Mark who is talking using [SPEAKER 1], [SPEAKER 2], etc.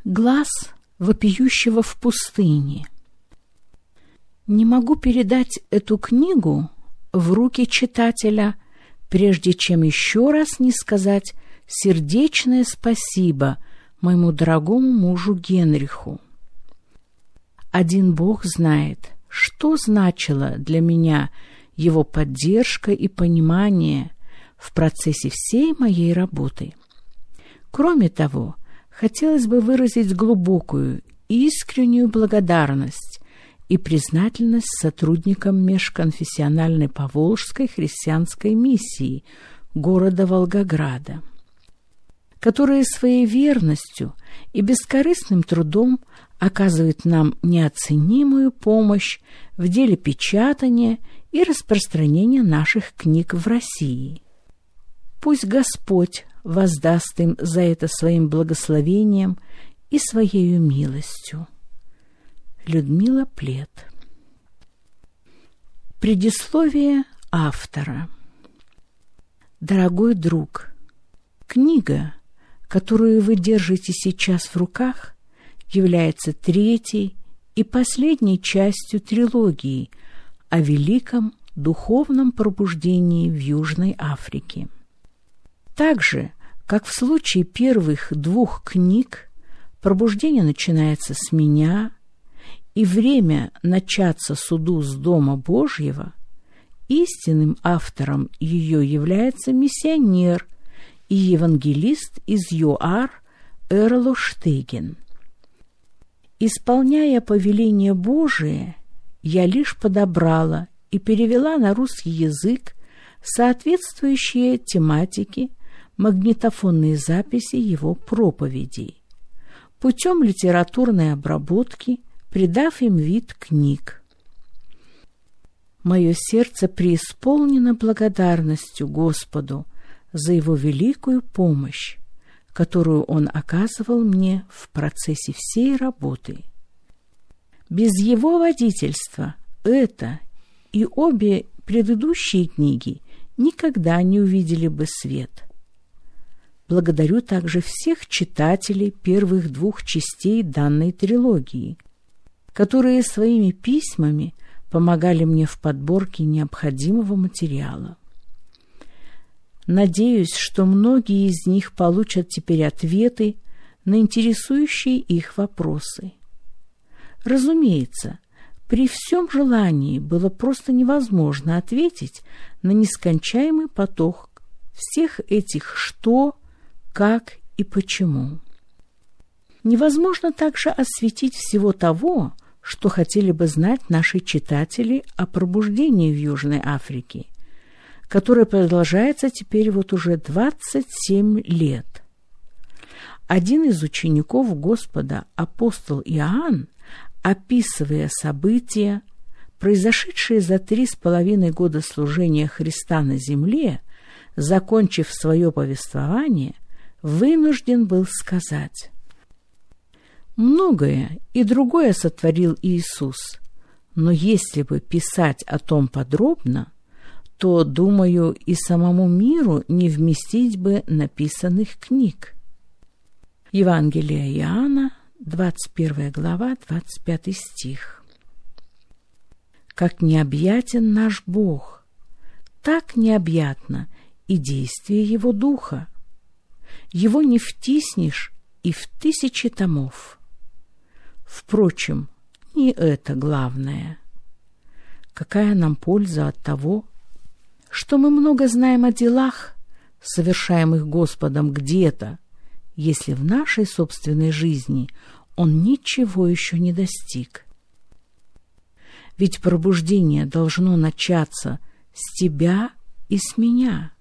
[SPEAKER 1] Глаз вопиющего в пустыне. Не могу передать эту книгу в руки читателя, прежде чем еще раз не сказать сердечное спасибо моему дорогому мужу Генриху. Один Бог знает, что значило для меня его поддержка и понимание в процессе всей моей работы. Кроме того, хотелось бы выразить глубокую, искреннюю благодарность и признательность сотрудникам межконфессиональной Поволжской христианской миссии города Волгограда, которые своей верностью и бескорыстным трудом оказывают нам неоценимую помощь в деле печатания и распространения наших книг в России. Пусть Господь воздаст им за это своим благословением и своею милостью. Людмила Плет. Предисловие автора. Дорогой друг, книга, которую вы держите сейчас в руках, является третьей и последней частью трилогии о великом духовном пробуждении в Южной Африке. Так же, как в случае первых двух книг, пробуждение начинается с меня, и время начаться суду с Дома Божьего, истинным автором ее является миссионер и евангелист из ЮАР Эрло Штеген. Исполняя повеление Божие, я лишь подобрала и перевела на русский язык соответствующие тематике магнитофонные записи его проповедей, путем литературной обработки, придав им вид книг. Мое сердце преисполнено благодарностью Господу за его великую помощь, которую Он оказывал мне в процессе всей работы. Без его водительства это и обе предыдущие книги никогда не увидели бы свет. Благодарю также всех читателей первых двух частей данной трилогии, которые своими письмами помогали мне в подборке необходимого материала. Надеюсь, что многие из них получат теперь ответы на интересующие их вопросы. Разумеется, при всем желании было просто невозможно ответить на нескончаемый поток всех этих «что», «как» и «почему». Невозможно также осветить всего того, что хотели бы знать наши читатели о пробуждении в Южной Африке, которое продолжается теперь вот уже 27 лет. Один из учеников Господа, апостол Иоанн, описывая события, произошедшие за 3,5 года служения Христа на земле, закончив свое повествование, вынужден был сказать: «Многое и другое сотворил Иисус, но если бы писать о том подробно, то, думаю, и самому миру не вместить бы написанных книг». Евангелие Иоанна, 21 глава, 25 стих. Как необъятен наш Бог, так необъятно и действие Его Духа. Его не втиснешь и в 1000 томов. Впрочем, не это главное. Какая нам польза от того, что мы много знаем о делах, совершаемых Господом где-то, если в нашей собственной жизни Он ничего еще не достиг? Ведь пробуждение должно начаться с тебя и с меня.